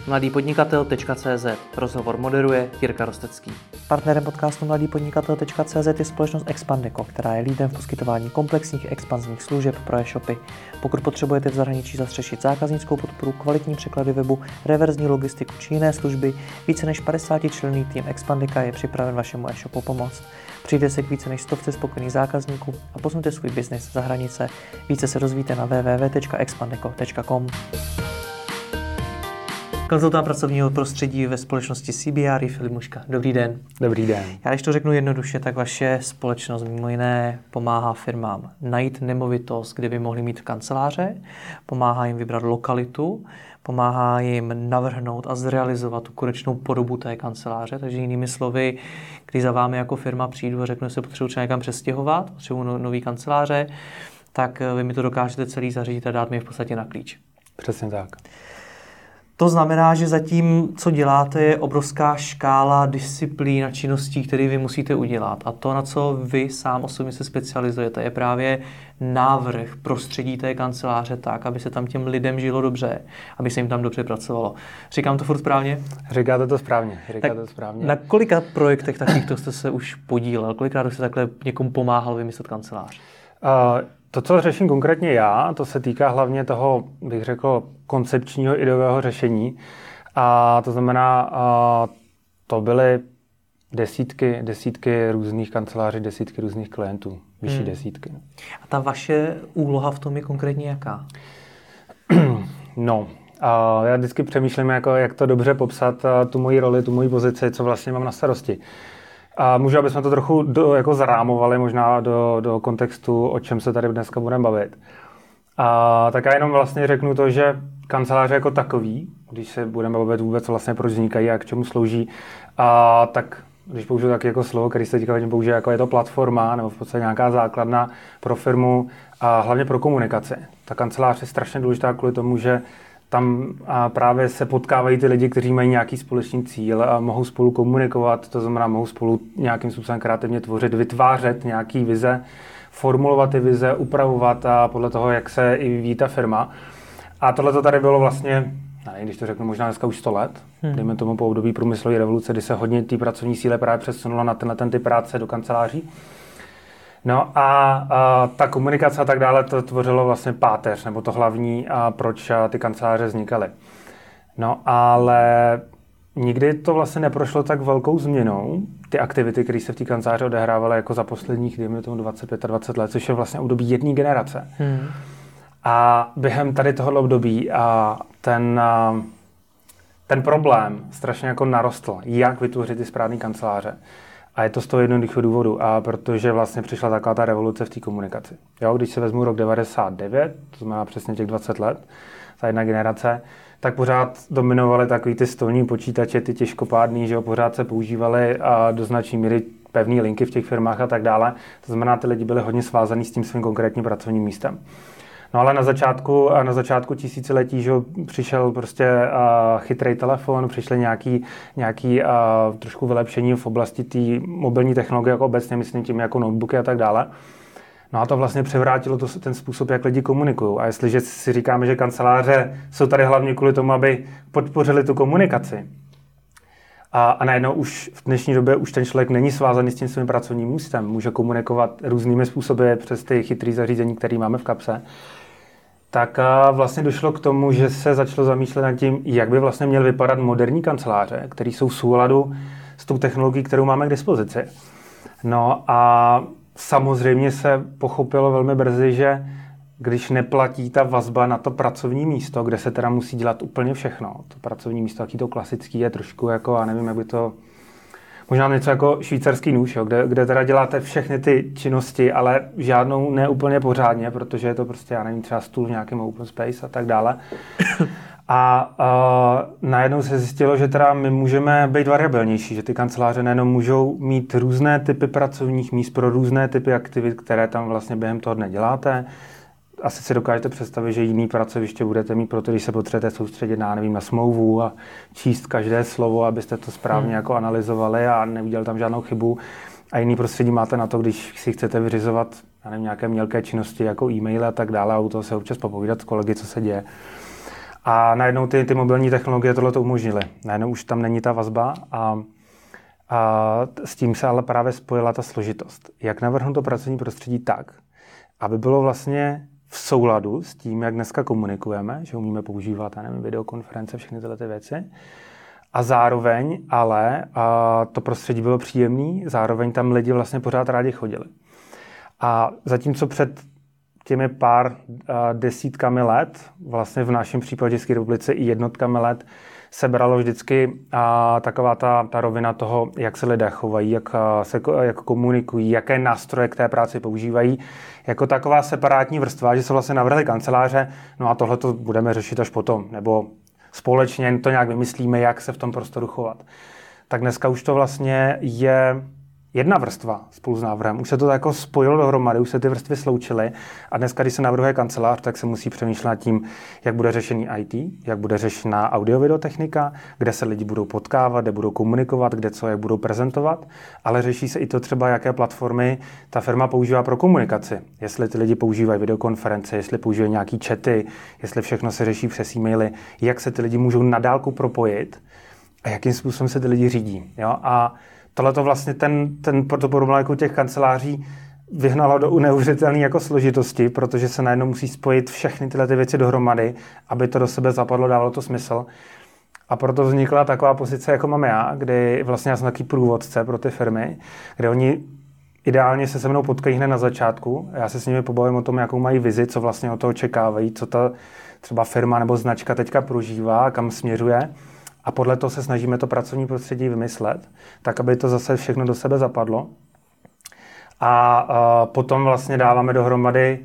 mladýpodnikatel.cz. Rozhovor moderuje Jirka Rostecký. Partnerem podcastu mladýpodnikatel.cz je společnost Expandeco, která je lídrem v poskytování komplexních expanzních služeb pro e-shopy. Pokud potřebujete v zahraničí zastřešit zákaznickou podporu, kvalitní překlady webu, reverzní logistiku či jiné služby, více než 50členný tým Expandeca je připraven vašemu e-shopu pomoct. Přijde se k více než 100 spokojených zákazníků a posuňte svůj biznis za hranice. Více se dozvíte na www.expandeco.com. Konzultant pracovního prostředí ve společnosti CBR Filip Muška. Dobrý den. Dobrý den. Já když to řeknu jednoduše, tak vaše společnost mimo jiné pomáhá firmám najít nemovitost, kde by mohli mít kanceláře, pomáhá jim vybrat lokalitu, pomáhá jim navrhnout a zrealizovat tu konečnou podobu té kanceláře. Takže jinými slovy, když za vámi jako firma přijdu a řeknu, že se potřebuji třeba někam přestěhovat, potřebuji nový kanceláře, tak vy mi to dokážete celý zařídit a dát mi v podstatě na klíč. Přesně tak. To znamená, že zatím, co děláte, je obrovská škála disciplín a činností, které vy musíte udělat. A to, na co vy sám osobně se specializujete, je právě návrh prostředí té kanceláře tak, aby se tam těm lidem žilo dobře, aby se jim tam dobře pracovalo. Říkám to furt správně? Říkáte to správně. Na kolika projektech takovýchto jste se už podílel? Kolikrát jste takhle někomu pomáhal vymyslet kancelář? To, co řeším konkrétně já, to se týká hlavně toho, bych řekl, koncepčního ideového řešení. A to znamená, to byly desítky různých kanceláří, desítky různých klientů, vyšší desítky. A ta vaše úloha v tom je konkrétně jaká? No, já vždycky přemýšlím, jak to dobře popsat, tu moji roli, tu moji pozici, co vlastně mám na starosti. A můžu, abychom to trochu zarámovali možná do kontextu, o čem se tady dneska budeme bavit. Tak já jenom vlastně řeknu to, že kanceláře jako takový, když se budeme bavit vůbec vlastně proč vznikají a k čemu slouží, tak když použiju taky jako slovo, který se teďka hodně použije, jako je to platforma nebo v podstatě nějaká základna pro firmu a hlavně pro komunikaci. Ta kancelář je strašně důležitá kvůli tomu, že tam právě se potkávají ty lidi, kteří mají nějaký společný cíl a mohou spolu komunikovat, to znamená, mohou spolu nějakým způsobem kreativně tvořit, vytvářet nějaký vize, formulovat ty vize, upravovat a podle toho, jak se i vyvíjí ta firma. A tohle to tady bylo vlastně, když to řeknu, možná dneska už 100 let, dejme tomu po období průmyslové revoluce, kdy se hodně té pracovní síly právě přesunulo na ten typ práce do kanceláří. No a ta komunikace a tak dále, to tvořilo vlastně páteř, nebo to hlavní, proč ty kanceláře vznikaly. No ale nikdy to vlastně neprošlo tak velkou změnou, ty aktivity, které se v té kanceláři odehrávaly jako za posledních, dejme tomu 25 let, což je vlastně období jedné generace. A během tady tohoto období ten problém strašně jako narostl, jak vytvořit ty správné kanceláře. A je to z toho jednoduchého důvodu, protože vlastně přišla taková ta revoluce v té komunikaci. Jo, když se vezmu rok 99, to znamená přesně těch 20 let, ta jedna generace, tak pořád dominovaly takový ty stolní počítače, ty těžkopádný, že jo, pořád se používaly a do značné míry pevné linky v těch firmách a tak dále. To znamená, ty lidi byli hodně svázaný s tím svým konkrétním pracovním místem. No ale na začátku tisíciletí, že přišel prostě chytrý telefon, přišly nějaký trošku vylepšení v oblasti té mobilní technologie, jako obecně myslím tím jako notebooky a tak dále. No a to vlastně převrátilo ten způsob, jak lidi komunikují. A jestliže si říkáme, že kanceláře jsou tady hlavně kvůli tomu, aby podpořili tu komunikaci, a najednou už v dnešní době už ten člověk není svázaný s tím svým pracovním místem, může komunikovat různými způsoby přes ty chytré zařízení, které máme v kapse, tak vlastně došlo k tomu, že se začalo zamýšlet nad tím, jak by vlastně měly vypadat moderní kanceláře, které jsou v souladu s tou technologií, kterou máme k dispozici. No a samozřejmě se pochopilo velmi brzy, že když neplatí ta vazba na to pracovní místo, kde se teda musí dělat úplně všechno, to pracovní místo, jaký to klasický je trošku jako, já nevím, jak by to, možná něco jako švýcarský nůž, jo, kde teda děláte všechny ty činnosti, ale žádnou ne úplně pořádně, protože je to prostě, já nevím, třeba stůl v nějakém open space a tak dále. A najednou se zjistilo, že teda my můžeme být variabilnější, že ty kanceláře nejenom můžou mít různé typy pracovních míst pro různé typy aktivit, které tam vlastně během toho dne děláte. Asi si dokážete představit, že jiný pracoviště budete mít, protože když se potřebujete soustředit na smlouvu a číst každé slovo, abyste to správně jako analyzovali a neudělali tam žádnou chybu. A jiný prostředí máte na to, když si chcete vyřizovat nějaké mělké činnosti jako e-maily a tak dále a u toho se občas popovídat s kolegy, co se děje. A najednou ty mobilní technologie tohle to umožnily. Najednou už tam není ta vazba a s tím se ale právě spojila ta složitost. Jak navrhnout to pracovní prostředí tak, aby bylo vlastně v souladu s tím, jak dneska komunikujeme, že umíme používat, videokonference, všechny tyhle ty věci. A zároveň ale to prostředí bylo příjemné, zároveň tam lidi vlastně pořád rádi chodili. A zatímco před těmi pár desítkami let, vlastně v našem případě České republice i jednotkami let, se bralo vždycky taková ta rovina toho, jak se lidé chovají, jak komunikují, jaké nástroje k té práci používají, jako taková separátní vrstva, že se vlastně navrhly kanceláře, no a tohle to budeme řešit až potom, nebo společně to nějak vymyslíme, jak se v tom prostoru chovat. Tak dneska už to vlastně je jedna vrstva spolu s návrhem. Už se to jako spojilo dohromady, už se ty vrstvy sloučily a dneska, když se navrhuje kancelář, tak se musí přemýšlet nad tím, jak bude řešený IT, jak bude řešená audio-videotechnika, kde se lidi budou potkávat, kde budou komunikovat, kde co, jak budou prezentovat, ale řeší se i to třeba, jaké platformy ta firma používá pro komunikaci. Jestli ty lidi používají videokonference, jestli používají nějaký chaty, jestli všechno se řeší přes e-maily, jak se ty lidi můžou na dálku propojit a jakým způsobem se ty lidi řídí. Jo? A tohle to vlastně to problematiku těch kanceláří vyhnalo do neuvěřitelné jako složitosti, protože se najednou musí spojit všechny tyhle ty věci dohromady, aby to do sebe zapadlo, dávalo to smysl. A proto vznikla taková pozice, jako mám já, kdy vlastně já jsem takový průvodce pro ty firmy, kde oni ideálně se mnou potkají hned na začátku. Já se s nimi pobavím o tom, jakou mají vizi, co vlastně od toho očekávají, co ta třeba firma nebo značka teďka prožívá, kam směřuje. A podle toho se snažíme to pracovní prostředí vymyslet, tak, aby to zase všechno do sebe zapadlo. A potom vlastně dáváme dohromady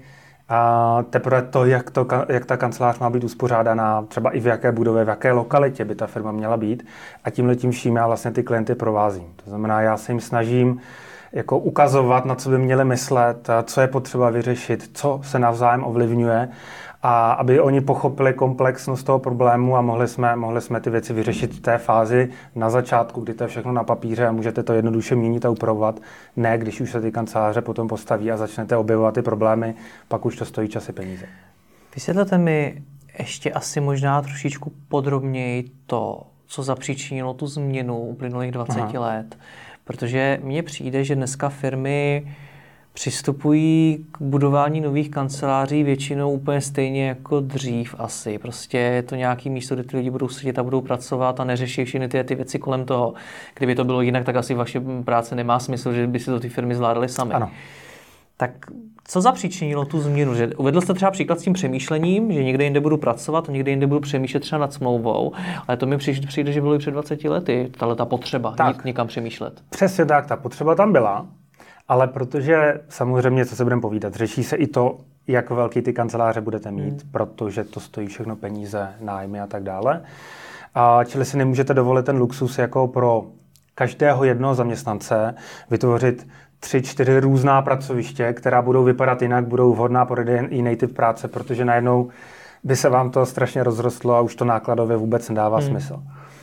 teprve to, jak ta kancelář má být uspořádaná, třeba i v jaké budově, v jaké lokalitě by ta firma měla být. A tímhletím vším já vlastně ty klienty provázím. To znamená, já se jim snažím jako ukazovat, na co by měli myslet, co je potřeba vyřešit, co se navzájem ovlivňuje, a aby oni pochopili komplexnost toho problému a mohli jsme ty věci vyřešit v té fázi na začátku, kdy to je všechno na papíře a můžete to jednoduše měnit a upravovat. Ne, když už se ty kanceláře potom postaví a začnete objevovat ty problémy, pak už to stojí čas i peníze. Vysvětlete mi ještě asi možná trošičku podrobněji to, co zapříčinilo tu změnu uplynulých 20 let. Protože mně přijde, že dneska firmy přistupují k budování nových kanceláří většinou úplně stejně jako dřív asi. Prostě je to nějaký místo, kde ty lidi budou sedět a budou pracovat a neřeší všechny ty věci kolem toho. Kdyby to bylo jinak, tak asi vaše práce nemá smysl, že by si to ty firmy zvládaly sami. Ano. Tak co zapříčinilo tu změnu? Že uvedl jste třeba příklad s tím přemýšlením, že někde jinde budu pracovat a někde jinde budu přemýšlet třeba nad smlouvou, ale to mi přijde, že bylo i před 20 lety, ta potřeba jít někam přemýšlet. Přesně tak, ta potřeba tam byla. Ale protože samozřejmě, co se budeme povídat, řeší se i to, jak velký ty kanceláře budete mít, protože to stojí všechno peníze, nájmy a tak dále. Čili si nemůžete dovolit ten luxus jako pro každého jednoho zaměstnance vytvořit 3-4 různá pracoviště, která budou vypadat jinak, budou vhodná pro jiný typ práce, protože najednou by se vám to strašně rozrostlo a už to nákladově vůbec nedává smysl.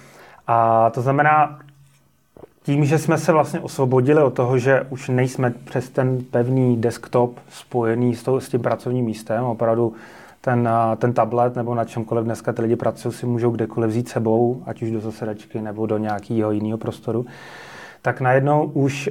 A to znamená, tím, že jsme se vlastně osvobodili od toho, že už nejsme přes ten pevný desktop spojený s tím pracovním místem, opravdu ten tablet nebo na čemkoliv dneska ty lidi pracují, si můžou kdekoliv vzít sebou, ať už do zasedačky nebo do nějakého jiného prostoru, tak najednou už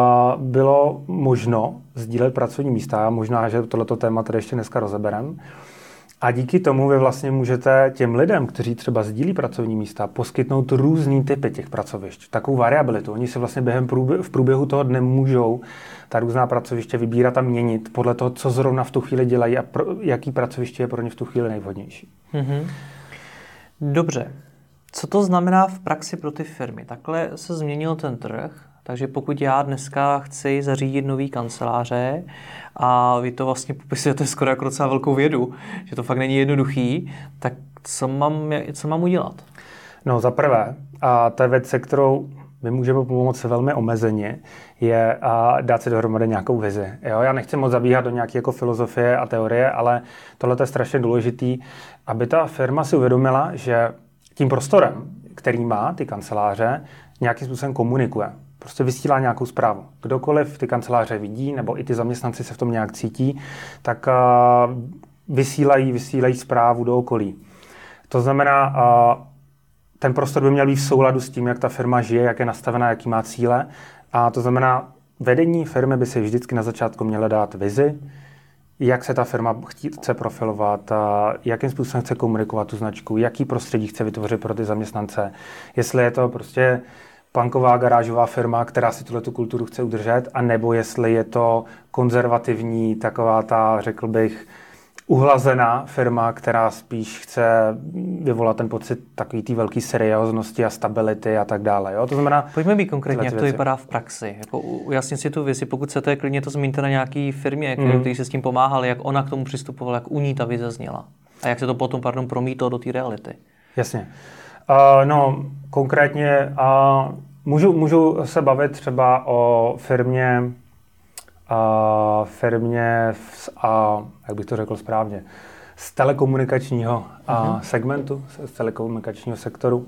bylo možno sdílet pracovní místa. Možná, že tohleto téma tady ještě dneska rozebereme. A díky tomu vy vlastně můžete těm lidem, kteří třeba sdílí pracovní místa, poskytnout různý typy těch pracovišť. Takovou variabilitu. Oni si vlastně v průběhu toho dne můžou ta různá pracoviště vybírat a měnit podle toho, co zrovna v tu chvíli dělají a jaký pracoviště je pro ně v tu chvíli nejvhodnější. Dobře. Co to znamená v praxi pro ty firmy? Takhle se změnil ten trh, takže pokud já dneska chci zařídit nový kanceláře a vy to vlastně popisujete skoro jako docela velkou vědu, že to fakt není jednoduchý, tak co mám udělat? No za prvé, a to je věc, se kterou my můžeme pomoct velmi omezeně, je dát si dohromady nějakou vizi. Jo? Já nechci moc zabíhat do nějaké jako filozofie a teorie, ale tohle je strašně důležitý, aby ta firma si uvědomila, že tím prostorem, který má ty kanceláře, nějakým způsobem komunikuje. Prostě vysílá nějakou zprávu. Kdokoliv ty kanceláře vidí, nebo i ty zaměstnanci se v tom nějak cítí, tak vysílají zprávu do okolí. To znamená, ten prostor by měl být v souladu s tím, jak ta firma žije, jak je nastavená, jaký má cíle. A to znamená, vedení firmy by si vždycky na začátku mělo dát vizi, jak se ta firma chce profilovat, jakým způsobem chce komunikovat tu značku, jaký prostředí chce vytvořit pro ty zaměstnance. Jestli je to prostě punková garážová firma, která si tu kulturu chce udržet, anebo jestli je to konzervativní, taková ta, řekl bych, uhlazená firma, která spíš chce vyvolat ten pocit takový té velké serióznosti a stability a tak dále. Jo? To znamená, pojďme být konkrétně, jak to vypadá v praxi. Jako ujasnit si tu vizi, pokud chcete, klidně to zmíníte na nějaký firmě, který se s tím pomáhali, jak ona k tomu přistupovala, jak u ní ta vize zněla. A jak se to potom, promítlo do té reality. Jasně. Konkrétně můžu se bavit třeba o firmě, jak bych to řekl správně, z telekomunikačního segmentu, z telekomunikačního sektoru.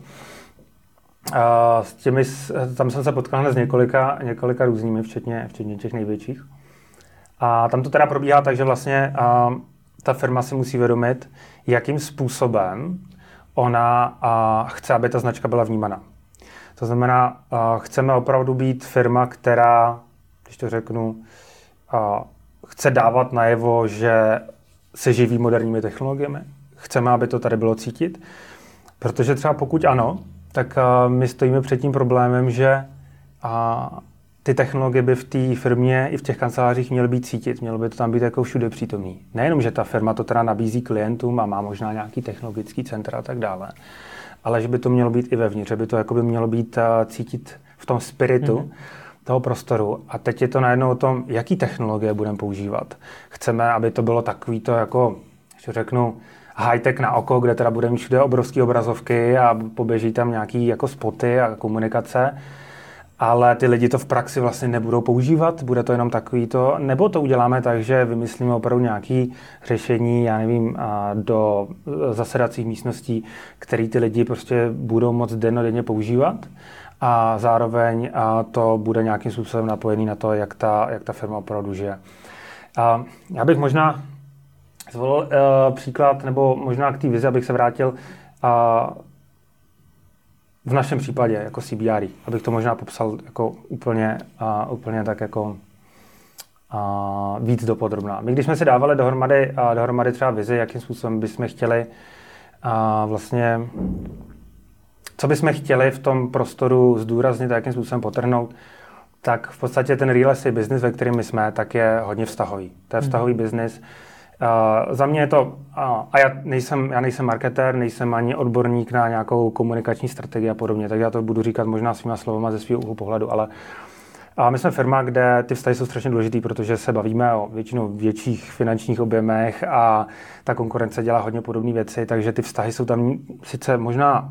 Tam jsem se potkal s několika různými, včetně těch největších. A tam to teda probíhá tak, že vlastně ta firma si musí vědomit, jakým způsobem ona chce, aby ta značka byla vnímaná. To znamená, chceme opravdu být firma, která, když to řeknu, chce dávat najevo, že se živí moderními technologiemi. Chceme, aby to tady bylo cítit. Protože třeba pokud ano, tak my stojíme před tím problémem, že ty technologie by v té firmě i v těch kancelářích měly být cítit. Mělo by to tam být jako všude přítomný. Nejenom, že ta firma to teda nabízí klientům a má možná nějaký technologický centra a tak dále, ale že by to mělo být i vevnitř, že by to jako by mělo být cítit v tom spiritu toho prostoru. A teď je to najednou o tom, jaký technologie budeme používat. Chceme, aby to bylo takový to jako, že řeknu, high-tech na oko, kde teda budeme všude obrovské obrazovky a poběží tam nějaký jako spoty a komunikace, ale ty lidi to v praxi vlastně nebudou používat, bude to jenom takový to, nebo to uděláme tak, že vymyslíme opravdu nějaké řešení, já nevím, do zasedacích místností, které ty lidi prostě budou moc dennodenně používat a zároveň to bude nějakým způsobem napojený na to, jak ta firma opravdu žije. Já bych možná zvolil příklad, nebo možná k té vizi, abych se vrátil v našem případě jako CBRE, abych to možná popsal jako úplně tak jako víc dopodrobná. My když jsme si dávali dohromady třeba vizi, jakým způsobem bychom chtěli vlastně, co bychom chtěli v tom prostoru zdůraznit a jakým způsobem potrhnout, tak v podstatě ten real estate business, ve kterém my jsme, tak je hodně vztahový. To je vztahový business. Za mě je to, a já nejsem marketér, nejsem ani odborník na nějakou komunikační strategii a podobně, tak já to budu říkat možná svýma slovama ze svého úhlu pohledu, ale my jsme firma, kde ty vztahy jsou strašně důležitý, protože se bavíme o většinou větších finančních objemech a ta konkurence dělá hodně podobné věci, takže ty vztahy jsou tam sice možná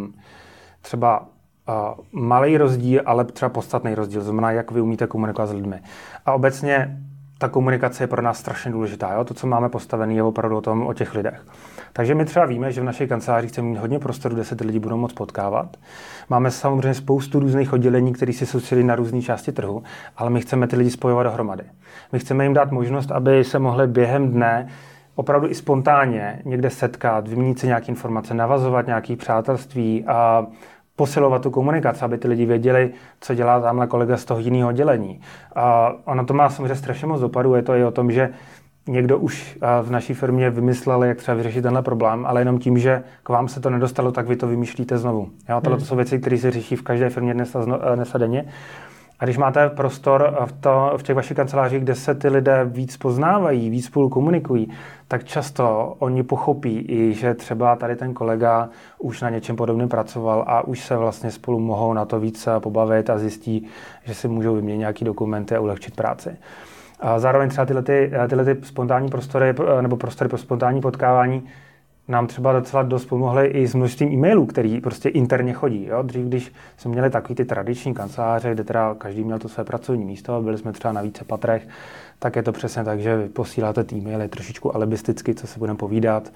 třeba malý rozdíl, ale třeba podstatný rozdíl, znamená, jak vy umíte komunikovat s lidmi. A obecně ta komunikace je pro nás strašně důležitá. Jo? To, co máme postavené, je opravdu o těch lidech. Takže my třeba víme, že v našich kancelářích chceme mít hodně prostoru, kde se ty lidi budou moct potkávat. Máme samozřejmě spoustu různých oddělení, které se soustředí na různé části trhu, ale my chceme ty lidi spojovat dohromady. My chceme jim dát možnost, aby se mohli během dne opravdu i spontánně někde setkat, vyměnit si nějaké informace, navazovat nějaké přátelství a posilovat tu komunikaci, aby ty lidi věděli, co dělá tamhle kolega z toho jiného oddělení. Ono to má samozřejmě strašně moc dopadů. Je to i o tom, že někdo už v naší firmě vymyslel, jak třeba vyřešit tenhle problém, ale jenom tím, že k vám se to nedostalo, tak vy to vymýšlíte znovu. Tohle to jsou věci, které se řeší v každé firmě dnes a denně. A když máte prostor v těch vašich kancelářích, kde se ty lidé víc poznávají, víc spolu komunikují, tak často oni pochopí i, že třeba tady ten kolega už na něčem podobném pracoval a už se vlastně spolu mohou na to víc pobavit a zjistí, že si můžou vyměnit nějaké dokumenty a ulehčit práci. A zároveň třeba tyhle spontánní prostory nebo prostory pro spontánní potkávání nám třeba docela dost pomohly i s množstvím e-mailů, který prostě interně chodí. Jo? Dřív, když jsme měli takový ty tradiční kanceláře, kde teda každý měl to své pracovní místo, byli jsme třeba na více patrech, tak je to přesně tak, že vy posíláte ty e-maily trošičku alibisticky, co se budeme povídat,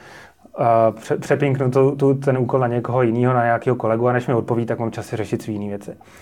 přepinknu ten úkol na někoho jiného, na nějakého kolegu, a než mi odpoví, tak mám čas si řešit svý jiné věci.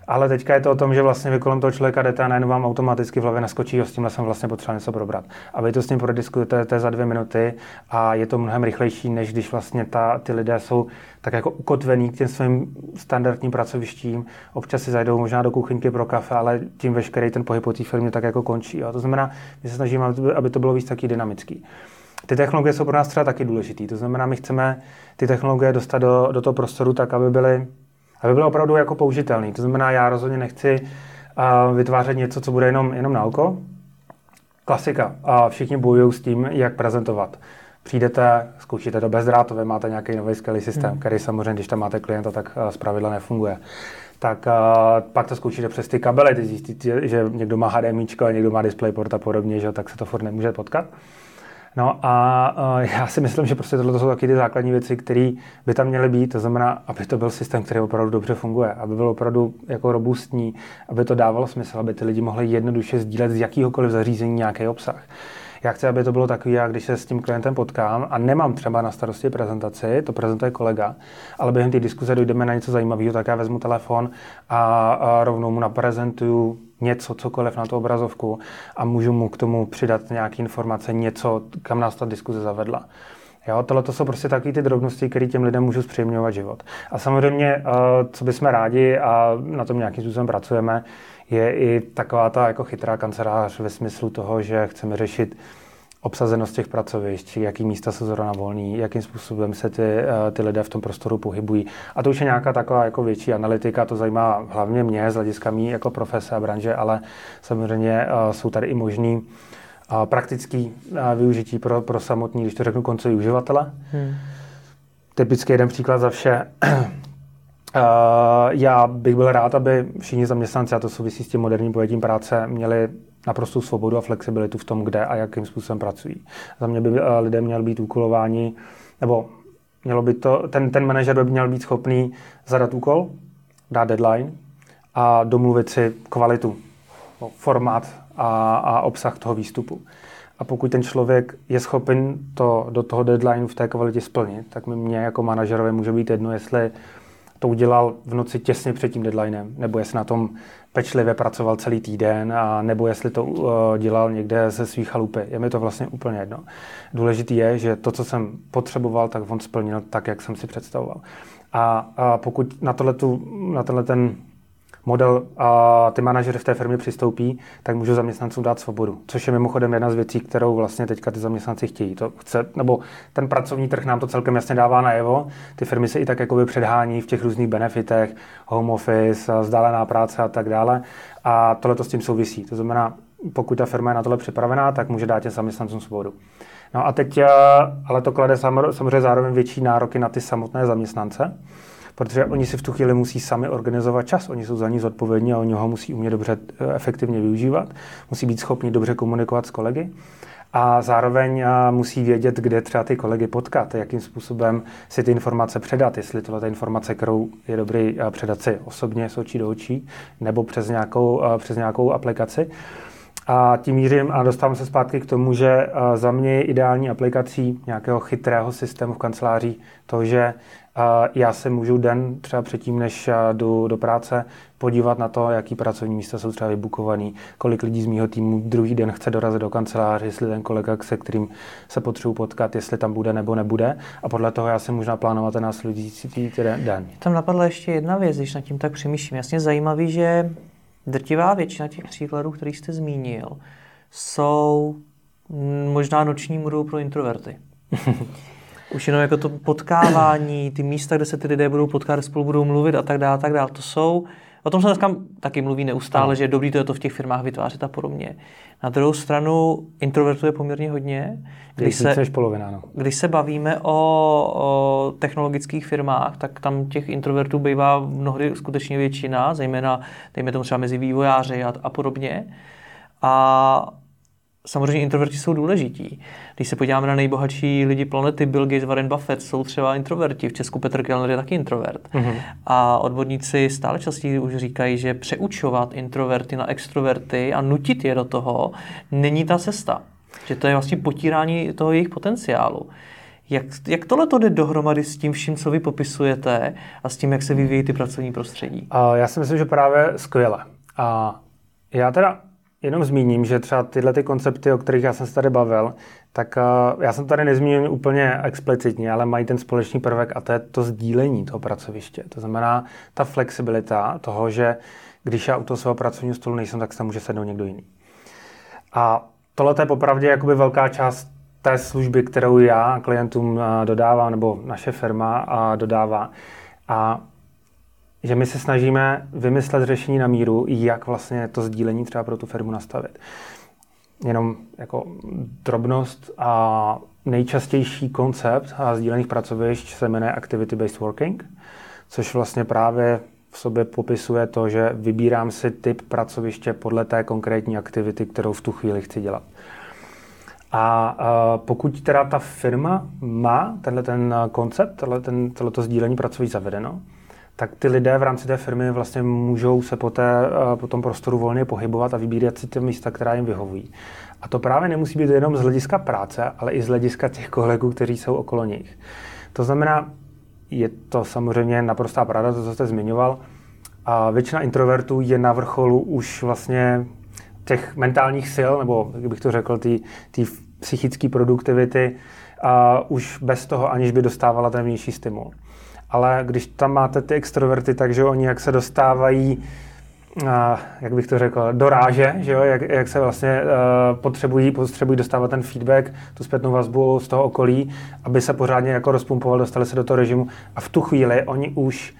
Ale teďka je to o tom, že vlastně vy kolem toho člověka jdete a najednou vám automaticky v hlavě naskočí, že s tímhle jsem vlastně potřeboval něco probrat. A vy to s ním prodiskutujete za 2 minuty a je to mnohem rychlejší, než když vlastně ty lidé jsou tak jako ukotvený k těm svým standardním pracovištím. Občas si zajdou možná do kuchyňky pro kafe, ale tím veškerý ten pohyb po té firmě tak jako končí. Jo. To znamená, my se snažíme, aby to bylo víc taky dynamický. Ty technologie jsou pro nás třeba taky důležitý. To znamená, my chceme ty technologie dostat do toho prostoru tak, aby byly opravdu jako použitelný. To znamená, já rozhodně nechci vytvářet něco, co bude jenom na oko. Klasika. Všichni bojují s tím, jak prezentovat. Přijdete, zkoušíte to bezdrátové, máte nějaký nový skvělý systém, který samozřejmě, když tam máte klienta, tak zpravidla nefunguje. Tak pak to zkoušíte přes ty kabely, ty zjistíte, že někdo má HDMIčko a někdo má DisplayPort a podobně, že tak se to furt nemůže potkat. No a já si myslím, že prostě tohle jsou taky ty základní věci, které by tam měly být. To znamená, aby to byl systém, který opravdu dobře funguje, aby byl opravdu jako robustní, aby to dávalo smysl, aby ty lidi mohli jednoduše sdílet z jakýhokoliv zařízení nějaký obsah. Já chci, aby to bylo takový, jak když se s tím klientem potkám a nemám třeba na starosti prezentaci, to prezentuje kolega, ale během té diskuze dojdeme na něco zajímavého, tak já vezmu telefon a rovnou mu naprezentuju něco, cokoliv na tu obrazovku a můžu mu k tomu přidat nějaké informace, něco, kam nás ta diskuze zavedla. Jo, tohle to jsou prostě takové ty drobnosti, které těm lidem můžou zpříjemňovat život. A samozřejmě, co bychom rádi a na tom nějakým způsobem pracujeme, je i taková ta jako chytrá kancelář ve smyslu toho, že chceme řešit obsazenost těch pracovišť, jaký místa jsou zrovna volný, jakým způsobem se ty lidé v tom prostoru pohybují. A to už je nějaká taková jako větší analytika, to zajímá hlavně mě z hlediska mý jako profese a branže, ale samozřejmě jsou tady i možný praktický využití pro samotný, když to řeknu, koncový uživatele. Typicky jeden příklad za vše. Já bych byl rád, aby všichni zaměstnanci, a to souvisí s tím moderním pojetím práce, měli naprostou svobodu a flexibilitu v tom, kde a jakým způsobem pracují. Za mě by lidé měli být úkolováni, nebo mělo by to, ten manažer by měl být schopný zadat úkol, dát deadline a domluvit si kvalitu, formát a obsah toho výstupu. A pokud ten člověk je schopen to do toho deadlineu v té kvalitě splnit, tak mě jako manažerovi může být jedno, jestli to udělal v noci těsně před tím deadlinem, nebo jestli na tom pečlivě pracoval celý týden, a nebo jestli to dělal někde ze svých chalupy. Je mi to vlastně úplně jedno. Důležitý je, že to, co jsem potřeboval, tak on splnil tak, jak jsem si představoval. A pokud na tenhle ten model a ty manažeři v té firmě přistoupí, tak můžu zaměstnancům dát svobodu. Což je mimochodem jedna z věcí, kterou vlastně teďka ty zaměstnanci chtějí. To chce, nebo ten pracovní trh nám to celkem jasně dává najevo. Ty firmy se i tak jakoby předhání v těch různých benefitech, home office, vzdálená práce a tak dále. A tohle to s tím souvisí. To znamená, pokud ta firma je na tohle připravená, tak může dát těm zaměstnancům svobodu. No a teď, ale to klade samozřejmě zároveň větší nároky na ty samotné zaměstnance, protože oni si v tu chvíli musí sami organizovat čas, oni jsou za ní zodpovědní a oni ho musí umět dobře efektivně využívat, musí být schopni dobře komunikovat s kolegy a zároveň musí vědět, kde třeba ty kolegy potkat, jakým způsobem si ty informace předat, jestli tohle je informace, kterou je dobrý předat si osobně z očí do očí nebo přes nějakou aplikaci. A tím mířím a dostávám se zpátky k tomu, že za mě je ideální aplikací nějakého chytrého systému v kanceláři to, že já se můžu den třeba předtím, než jdu do práce, podívat na to, jaký pracovní místa jsou třeba vybukovaný, kolik lidí z mýho týmu druhý den chce dorazit do kanceláře, jestli ten kolega, se kterým se potřebuji potkat, jestli tam bude nebo nebude. A podle toho já si můžu naplánovat ten následující den. Tam napadla ještě jedna věc, když nad tím tak přemýšlím. Jasně zajímavý, že drtivá většina těch příkladů, který jste zmínil, jsou možná noční můrou pro introverty. Už jenom jako to potkávání, ty místa, kde se ty lidé budou potkat, spolu budou mluvit a tak dále. To jsou, o tom se dneska taky mluví neustále, že je dobrý to v těch firmách vytvářet a podobně. Na druhou stranu introvertů je poměrně hodně. Když se bavíme o technologických firmách, tak tam těch introvertů bývá mnohdy skutečně většina, zejména dejme tomu třeba mezi vývojáři a podobně. A samozřejmě introverti jsou důležití. Když se podíváme na nejbohatší lidi planety, Bill Gates, Warren Buffett, jsou třeba introverti. V Česku Petr Kellner je taky introvert. A odborníci stále častěji už říkají, že přeučovat introverty na extroverty a nutit je do toho není ta cesta. Že to je vlastně potírání toho jejich potenciálu. Jak tohle to jde dohromady s tím vším, co vy popisujete a s tím, jak se vyvíjí ty pracovní prostředí? Já si myslím, že právě skvěle. Já teda jenom zmíním, že třeba tyhle ty koncepty, o kterých já jsem se tady bavil, tak já jsem tady nezmínil úplně explicitně, ale mají ten společný prvek a to je to sdílení toho pracoviště. To znamená ta flexibilita toho, že když já u toho svého pracovního stolu nejsem, tak se tam může sednout někdo jiný. A tohle je popravdě jakoby velká část té služby, kterou já klientům dodávám, nebo naše firma dodává. A že my se snažíme vymyslet řešení na míru, jak vlastně to sdílení třeba pro tu firmu nastavit. Jenom jako drobnost a nejčastější koncept sdílených pracovišť se jmenuje Activity-Based Working, což vlastně právě v sobě popisuje to, že vybírám si typ pracoviště podle té konkrétní aktivity, kterou v tu chvíli chci dělat. A pokud teda ta firma má ten koncept, tohleto sdílení pracovišť zavedeno, tak ty lidé v rámci té firmy vlastně můžou se po tom prostoru volně pohybovat a vybírat si ty místa, která jim vyhovují. A to právě nemusí být jenom z hlediska práce, ale i z hlediska těch kolegů, kteří jsou okolo nich. To znamená, je to samozřejmě naprostá pravda, to, co jste zmiňoval. A většina introvertů je na vrcholu už vlastně těch mentálních sil, nebo jak bych to řekl, ty psychické produktivity, už bez toho, aniž by dostávala ten vnější stimul. Ale když tam máte ty extroverty, takže oni jak se dostávají, jak bych to řekl, do ráže, že jo? Jak se vlastně potřebují dostávat ten feedback, tu zpětnou vazbu z toho okolí, aby se pořádně jako rozpumpovali, dostali se do toho režimu a v tu chvíli oni už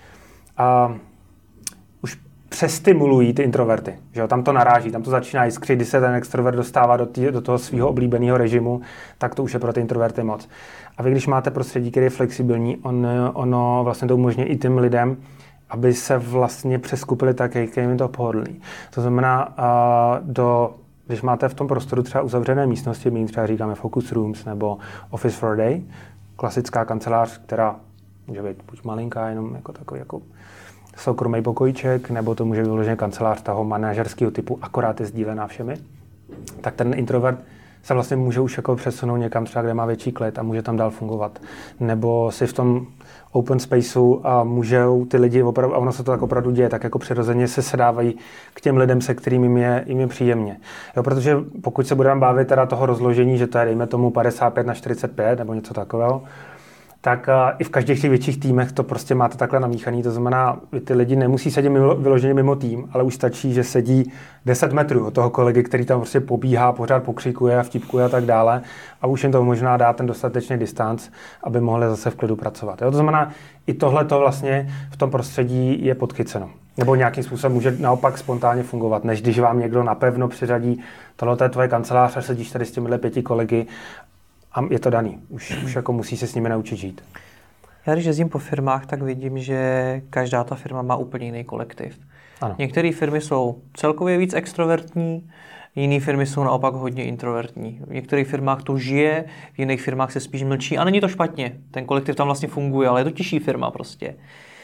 přestimulují ty introverty. Že jo? Tam to naráží, tam to začíná jiskřit, když se ten extrovert dostává do toho svého oblíbeného režimu, tak to už je pro ty introverty moc. A vy, když máte prostředí, které je flexibilní, ono vlastně to umožňuje i těm lidem, aby se vlastně přeskupili tak, jak jim to pohodlný. To znamená, když máte v tom prostoru třeba uzavřené místnosti, my třeba říkáme focus rooms nebo office for a day, klasická kancelář, která může být buď malinká, jenom jako takový jako soukromý pokojíček, nebo to může být vyloženě kancelář toho manažerského typu, akorát je sdílená všemi, tak ten introvert se vlastně může už jako přesunout někam třeba, kde má větší klid a může tam dál fungovat. Nebo si v tom open spaceu a můžou ty lidi opravdu, a ono se to tak opravdu děje, tak jako přirozeně se sedávají k těm lidem, se kterými jim je příjemně. Jo, protože pokud se budeme bavit teda toho rozložení, že to je, dejme tomu 55/45 nebo něco takového, tak i v každých těch větších týmech to prostě máte takhle namíchaný. To znamená, ty lidi nemusí sedět vyloženě mimo tým, ale už stačí, že sedí 10 metrů od toho kolegy, který tam prostě pobíhá, pořád pokřikuje a vtipkuje a tak dále. A už jim to možná dá ten dostatečný distanc, aby mohli zase v klidu pracovat. Jo? To znamená, i tohle to vlastně v tom prostředí je podchyceno. Nebo nějakým způsobem může naopak spontánně fungovat, než když vám někdo napevno přiřadí, tohle je tvoje kancelář a sedíš tady s těmihle 5 kolegy. A je to daný. Už jako musí se s nimi naučit žít. Já když jezdím po firmách, tak vidím, že každá ta firma má úplně jiný kolektiv. Ano. Některé firmy jsou celkově víc extrovertní, jiné firmy jsou naopak hodně introvertní. V některých firmách to žije, v jiných firmách se spíš mlčí a není to špatně. Ten kolektiv tam vlastně funguje, ale je to těžší firma prostě.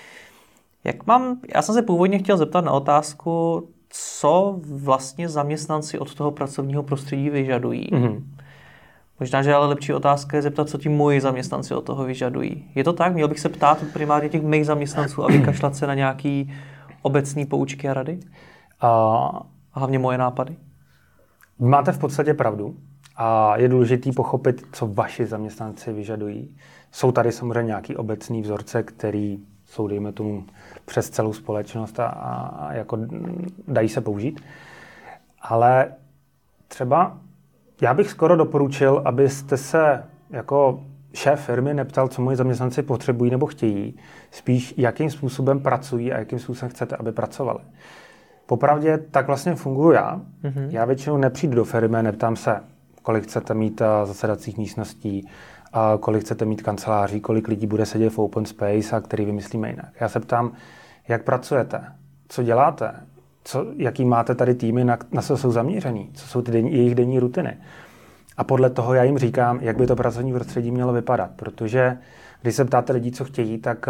Já jsem se původně chtěl zeptat na otázku, co vlastně zaměstnanci od toho pracovního prostředí vyžadují. Mm-hmm. Možná, že ale lepší otázka je zeptat, co ti moji zaměstnanci od toho vyžadují. Je to tak? Měl bych se ptát primárně těch mých zaměstnanců a vykašlat se na nějaký obecný poučky a rady? A hlavně moje nápady? Máte v podstatě pravdu a je důležité pochopit, co vaši zaměstnanci vyžadují. Jsou tady samozřejmě nějaký obecný vzorce, který jsou, dejme tomu, přes celou společnost a jako dají se použít. Ale třeba já bych skoro doporučil, abyste se jako šéf firmy neptal, co moji zaměstnanci potřebují nebo chtějí, spíš jakým způsobem pracují a jakým způsobem chcete, aby pracovali. Popravdě tak vlastně funguji já. Mm-hmm. Já většinou nepřijdu do firmy, neptám se, kolik chcete mít zasedacích místností, kolik chcete mít kanceláří, kolik lidí bude sedět v open space a který vymyslíme jinak. Já se ptám, jak pracujete, co děláte, jaký máte tady týmy, na co jsou zaměřený, co jsou jejich denní rutiny. A podle toho já jim říkám, jak by to pracovní prostředí mělo vypadat. Protože když se ptáte lidí, co chtějí, tak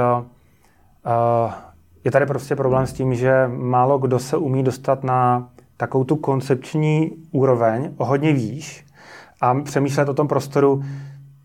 je tady prostě problém s tím, že málo kdo se umí dostat na takovou tu koncepční úroveň o hodně výš a přemýšlet o tom prostoru,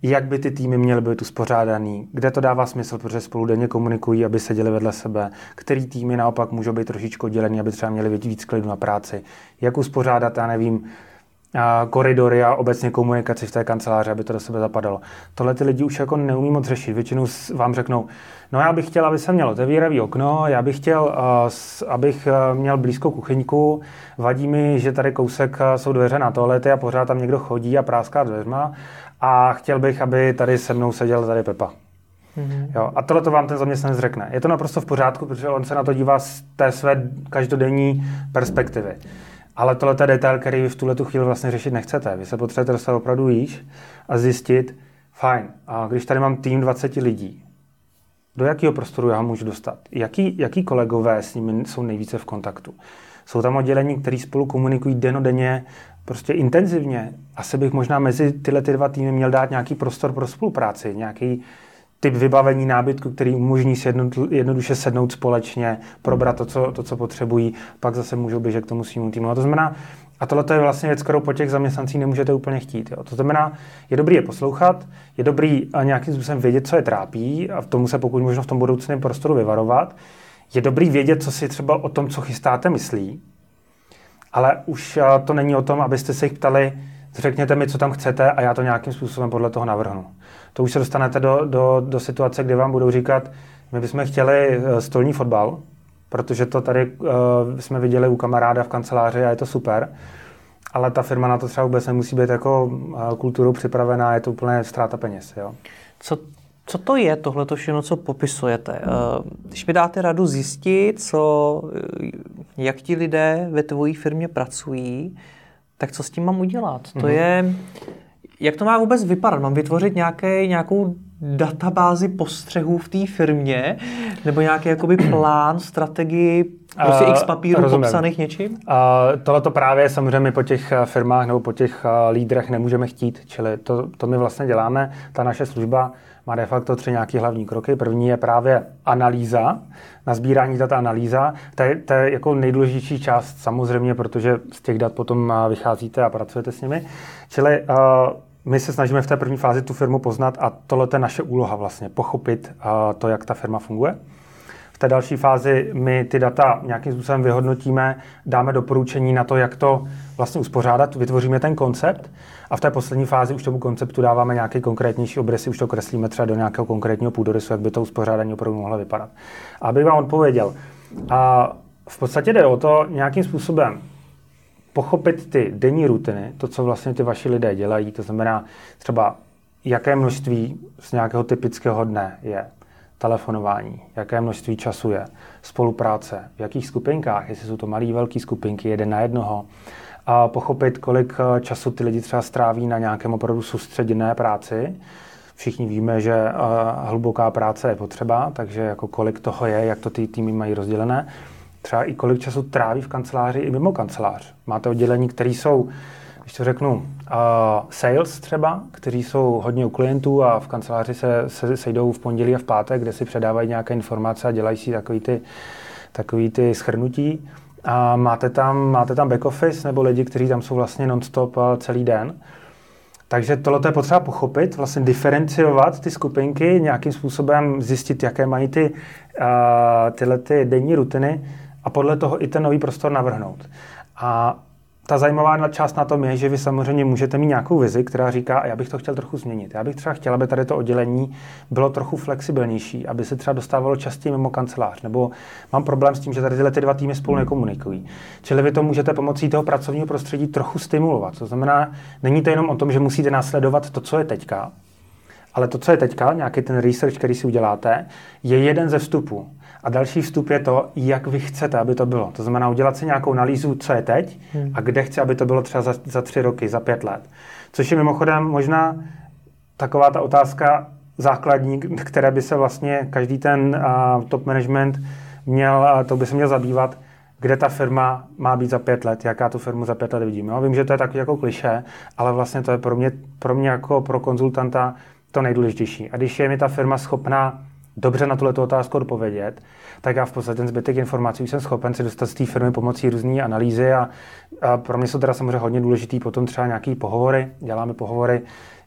jak by ty týmy měly být uspořádaný, kde to dává smysl, protože spolu denně komunikují, aby seděli vedle sebe, který týmy naopak můžou být trošičku dělený, aby třeba měli víc klidu na práci, jak uspořádat, já nevím, koridory a obecně komunikaci v té kanceláři, aby to do sebe zapadalo. Tohle ty lidi už jako neumí moc řešit. Většinou vám řeknou, no já bych chtěl, aby se měl otevíravý okno, já bych chtěl, abych měl blízko kuchyňku, vadí mi, že tady kousek jsou dveře na toalety a pořád tam někdo chodí a práská dveřma a chtěl bych, aby tady se mnou seděl tady Pepa. Mm-hmm. Jo, a tohle to vám ten zaměstnanec řekne. Je to naprosto v pořádku, protože on se na to dívá z té své každodenní perspektivy. Ale tohle je detail, který vy v tuhle chvíli vlastně řešit nechcete. Vy se potřebujete dostat opravdu výš a zjistit, fajn, a když tady mám tým 20 lidí, do jakého prostoru já můžu dostat? Jaký kolegové s nimi jsou nejvíce v kontaktu? Jsou tam oddělení, které spolu komunikují dennodenně, prostě intenzivně. Asi bych možná mezi tyhle dva týmy měl dát nějaký prostor pro spolupráci, nějaký typ vybavení nábytku, který umožní si jednoduše sednout společně, probrat to, co potřebují, pak zase můžou běžet k tomu svýmu týmu. A to znamená, a tohle je vlastně věc, kterou po těch zaměstnancích nemůžete úplně chtít. Jo. To znamená, je dobrý je poslouchat, je dobrý nějakým způsobem vědět, co je trápí a v tomu se pokud možno v tom budoucném prostoru vyvarovat. Je dobrý vědět, co si třeba o tom, co chystáte, myslí, ale už to není o tom, abyste se jich ptali, řekněte mi, co tam chcete a já to nějakým způsobem podle toho navrhnu. To už se dostanete do situace, kde vám budou říkat, my bychom chtěli stolní fotbal, protože to tady jsme viděli u kamaráda v kanceláři a je to super, ale ta firma na to třeba vůbec nemusí být jako kulturou připravená, je to úplně ztráta peněz. Jo? Co to je tohleto všechno, co popisujete? Když mi dáte radu zjistit, jak ti lidé ve tvojí firmě pracují, tak co s tím mám udělat? To je, jak to má vůbec vypadat? Mám vytvořit nějakou databázi postřehů v té firmě? Nebo nějaký jakoby plán, strategii, prostě x papírů popsaných něčím? Tohleto právě samozřejmě my po těch firmách nebo po těch lídrech nemůžeme chtít. Čili to my vlastně děláme. Ta naše služba má de facto 3 nějaké hlavní kroky. První je právě analýza, nasbírání dat a analýza. To je jako nejdůležitější část samozřejmě, protože z těch dat potom vycházíte a pracujete s nimi. Čili my se snažíme v té první fázi tu firmu poznat a tohle je naše úloha vlastně, pochopit to, jak ta firma funguje. V té další fázi my ty data nějakým způsobem vyhodnotíme, dáme doporučení na to, jak to vlastně uspořádat, vytvoříme ten koncept a v té poslední fázi už tomu konceptu dáváme nějaký konkrétnější obrysy, už to kreslíme třeba do nějakého konkrétního půdorysu, jak by to uspořádání opravdu mohlo vypadat. A abych vám odpověděl, a v podstatě jde o to nějakým způsobem pochopit ty denní rutiny, to, co vlastně ty vaši lidé dělají, to znamená třeba, jaké množství z nějakého typického dne je telefonování, jaké množství času je spolupráce, v jakých skupinkách, jestli jsou to malé, velké skupinky, 1 na 1, a pochopit, kolik času ty lidi třeba stráví na nějakém opravdu soustředěné práci. Všichni víme, že hluboká práce je potřeba, takže jako kolik toho je, jak to ty týmy mají rozdělené. Třeba i kolik času tráví v kanceláři i mimo kancelář. Máte oddělení, které jsou, když to řeknu, sales třeba, kteří jsou hodně u klientů a v kanceláři se sejdou v pondělí a v pátek, kde si předávají nějaké informace a dělají si takový ty shrnutí. A máte tam back office nebo lidi, kteří tam jsou vlastně non-stop celý den. Takže tohle je potřeba pochopit, vlastně diferenciovat ty skupinky, nějakým způsobem zjistit, jaké mají tyhle denní rutiny a podle toho i ten nový prostor navrhnout. A ta zajímavá část na tom je, že vy samozřejmě můžete mít nějakou vizi, která říká, a já bych to chtěl trochu změnit. Já bych třeba chtěl, aby tady to oddělení bylo trochu flexibilnější, aby se třeba dostávalo častěji mimo kancelář, nebo mám problém s tím, že tady tyhle 2 týmy spolu nekomunikují. Čili vy to můžete pomocí toho pracovního prostředí trochu stimulovat. To znamená, není to jenom o tom, že musíte následovat to, co je teďka, ale to, co je teďka, nějaký ten research, který si uděláte, je jeden ze vstupů. A další vstup je to, jak vy chcete, aby to bylo. To znamená udělat si nějakou analýzu, co je teď a kde chci, aby to bylo třeba za 3 roky, za 5 let. Což je mimochodem možná taková ta otázka základní, které by se vlastně každý ten top management to by se měl zabývat, kde ta firma má být za 5 let, jaká tu firmu za 5 let vidím. Jo? Vím, že to je takový jako klišé, ale vlastně to je pro mě jako pro konzultanta to nejdůležitější. A když je mi ta firma schopná dobře na tuto otázku odpovědět, tak já v podstatě ten zbytek informací už jsem schopen si dostat z té firmy pomocí různé analýzy a pro mě jsou teda samozřejmě hodně důležitý potom třeba nějaký pohovory, děláme pohovory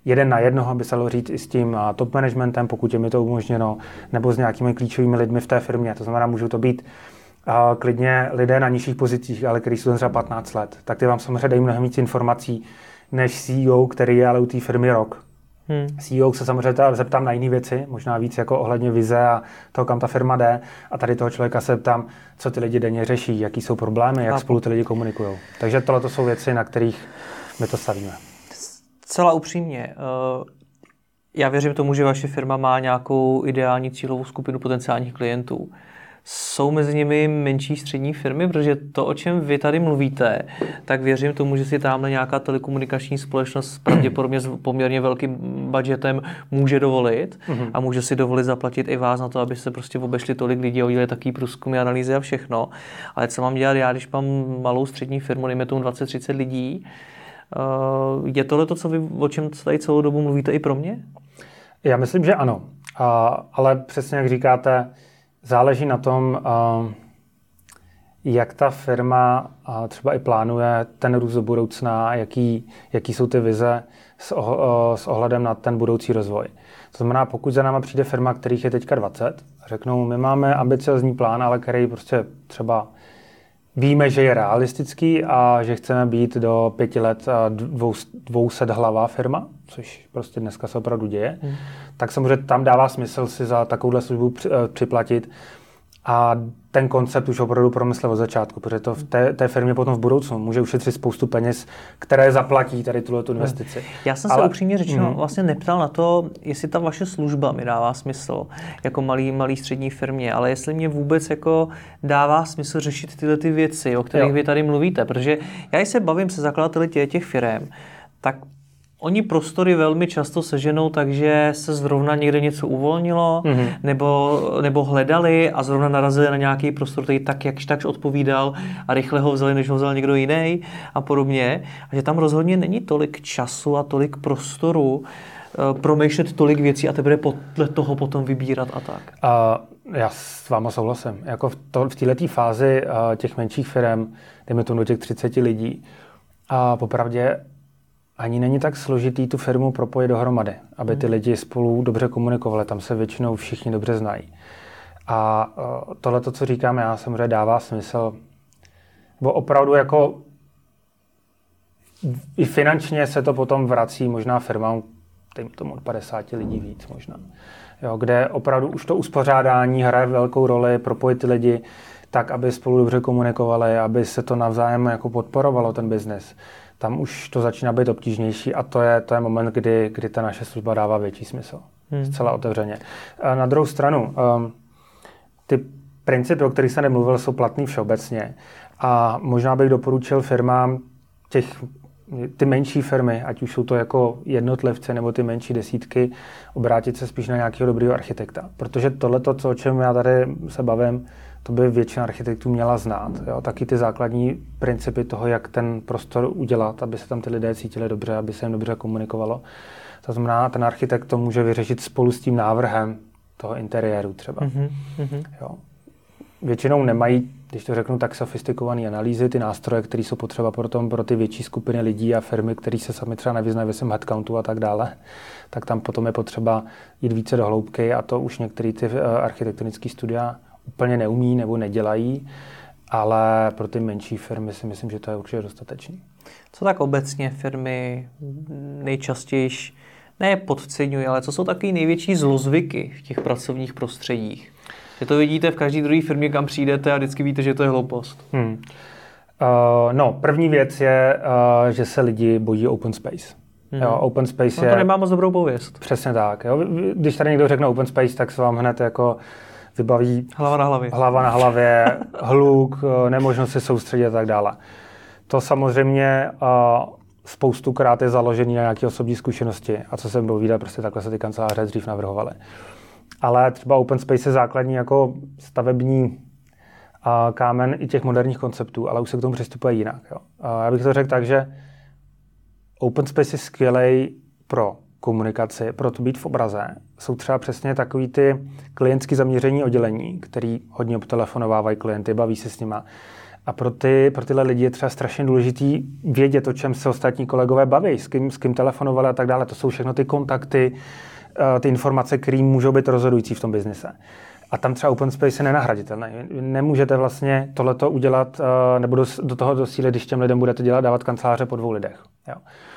jeden na jednoho, aby se dalo říct i s tím top managementem, pokud je mi to umožněno, nebo s nějakými klíčovými lidmi v té firmě. To znamená, můžou to být klidně lidé na nižších pozicích, ale kteří jsou třeba 15 let. Tak ty vám samozřejmě dají mnohem víc informací než CEO, který je ale u té firmy rok. CEO se samozřejmě zeptám na jiné věci, možná víc jako ohledně vize a toho, kam ta firma jde. A tady toho člověka se ptám, co ty lidi denně řeší, jaký jsou problémy, jak spolu ty lidi komunikují. Takže tohle to jsou věci, na kterých my to stavíme. Zcela upřímně, já věřím tomu, že vaše firma má nějakou ideální cílovou skupinu potenciálních klientů. Jsou mezi nimi menší střední firmy, protože to, o čem vy tady mluvíte, tak věřím tomu, že si tamhle nějaká telekomunikační společnost pravděpodobně s poměrně velkým budgetem může dovolit a může si dovolit zaplatit i vás na to, abyste prostě obešli tolik lidí a udělali takový průzkumy, analýzy a všechno. Ale co mám dělat já, když mám malou střední firmu, dejme tomu 20-30 lidí, je tohle to, co vy, o čem tady celou dobu mluvíte, i pro mě? Já myslím, že ano. Ale přesně jak říkáte, záleží na tom, jak ta firma třeba i plánuje ten růst do budoucna, jaký jsou ty vize s ohledem na ten budoucí rozvoj. To znamená, pokud za náma přijde firma, kterých je teďka 20, řeknou, my máme ambiciozní plán, ale který prostě třeba víme, že je realistický a že chceme být do 5 let 200hlavá firma, což prostě dneska se opravdu děje, tak samozřejmě tam dává smysl si za takovouhle službu připlatit a ten koncept už opravdu promyslet od začátku, protože to v té firmě potom v budoucnu může ušetřit spoustu peněz, které zaplatí tady tu investici. Já jsem se upřímně řečeno vlastně neptal na to, jestli ta vaše služba mi dává smysl jako malý střední firmě, ale jestli mě vůbec jako dává smysl řešit tyhle ty věci, o kterých vy tady mluvíte, protože já se bavím se zakladateli těch firem, tak oni prostory velmi často seženou, takže se zrovna někde něco uvolnilo, nebo hledali a zrovna narazili na nějaký prostor, který tak jakž takž odpovídal a rychle ho vzali, než ho vzal někdo jiný a podobně. A že tam rozhodně není tolik času a tolik prostoru promýšlet tolik věcí a teprve podle toho potom vybírat a tak. Já s váma souhlasím. Jako v této fázi těch menších firm, dejme tomu do těch 30 lidí, a popravdě ani není tak složitý tu firmu propojit dohromady, aby ty lidi spolu dobře komunikovali. Tam se většinou všichni dobře znají. A tohle, co říkám já, samozřejmě dává smysl. Bo opravdu jako i finančně se to potom vrací možná firmám, dejme tomu od 50 lidí víc možná. Jo, kde opravdu už to uspořádání hraje velkou roli, propojit ty lidi tak, aby spolu dobře komunikovali, aby se to navzájem jako podporovalo, ten biznes. Tam už to začíná být obtížnější a to je moment, kdy ta naše služba dává větší smysl. Zcela otevřeně. A na druhou stranu, ty principy, o kterých jsem nemluvil, jsou platný všeobecně. A možná bych doporučil firmám ty menší firmy, ať už jsou to jako jednotlivce nebo ty menší desítky, obrátit se spíš na nějakého dobrého architekta. Protože tohleto, o čem já tady se bavím, to by většina architektů měla znát. Jo? Taky ty základní principy toho, jak ten prostor udělat, aby se tam ty lidé cítili dobře, aby se jim dobře komunikovalo. To znamená, ten architekt to může vyřešit spolu s tím návrhem toho interiéru třeba. Jo? Většinou nemají, když to řeknu, tak sofistikované analýzy, ty nástroje, které jsou potřeba pro ty větší skupiny lidí a firmy, které se sami třeba nevyznají ve svém headcountu a tak dále, tak tam potom je potřeba jít více do hloubky a to už některé ty architektonické studia úplně neumí nebo nedělají, ale pro ty menší firmy si myslím, že to je určitě dostatečný. Co tak obecně firmy nejčastěji ne podceňují, ale co jsou taky největší zlozvyky v těch pracovních prostředích? Že to vidíte v každé druhé firmě, kam přijdete a vždycky víte, že to je hloupost. První věc je, že se lidi bojí open space. Jo, open space to nemá moc dobrou pověst. Přesně tak. Jo. Když tady někdo řekne open space, tak se vám hned jako vybaví hlava na hlavě, hluk, nemožnost se soustředit a tak dále. To samozřejmě spoustukrát je založený na nějaké osobní zkušenosti. A co jsem povídal, prostě takhle se ty kanceláře dřív navrhovaly. Ale třeba open space je základní jako stavební kámen i těch moderních konceptů, ale už se k tomu přistupuje jinak. Jo. Já bych to řekl tak, že open space je skvělej pro komunikaci, pro to být v obraze. Jsou třeba přesně takový ty klientsky zaměření oddělení, který hodně obtelefonovávají klienty, baví se s nima. A pro tyhle lidi je třeba strašně důležitý vědět, o čem se ostatní kolegové baví, s kým telefonovali a tak dále. To jsou všechno ty kontakty, ty informace, které můžou být rozhodující v tom biznise. A tam třeba open space je nenahraditelný. Nemůžete vlastně tohleto udělat nebo do toho docílit, když těm lidem budete dávat kanceláře po 2 lidech. Jo.